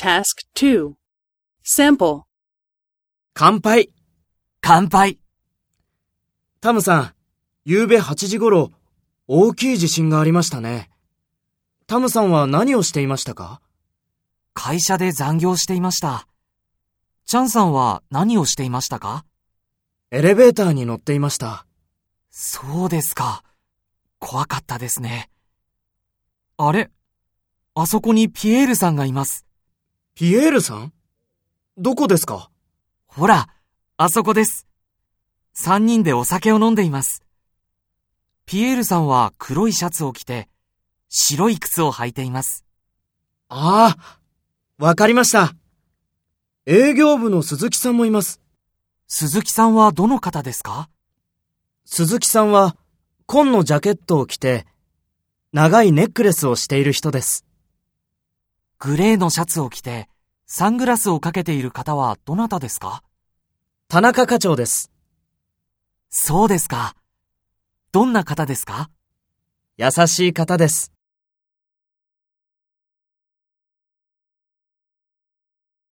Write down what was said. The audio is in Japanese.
Task 2. Sample. 乾杯。 乾杯。 タムさん、夕べ8時頃、大きい地震がありましたね。タムさんは何をしていましたか？ 会社で残業していました。チャンさんは何をしていましたか？ エレベーターに乗っていました。 そうですか。怖かったですね。あれ？あそこにピエールさんがいます。 ピエールさん？どこですか？ ほら、あそこです。3人でお酒を飲んでいます。ピエールさんは黒いシャツを着て、白い靴を履いています。 ああ、わかりました。営業部の鈴木さんもいます。 鈴木さんはどの方ですか？ 鈴木さんは紺のジャケットを着て、長いネックレスをしている人です。 グレーのシャツを着て、サングラスをかけている方はどなたですか？ 田中課長です。 そうですか。どんな方ですか？ 優しい方です。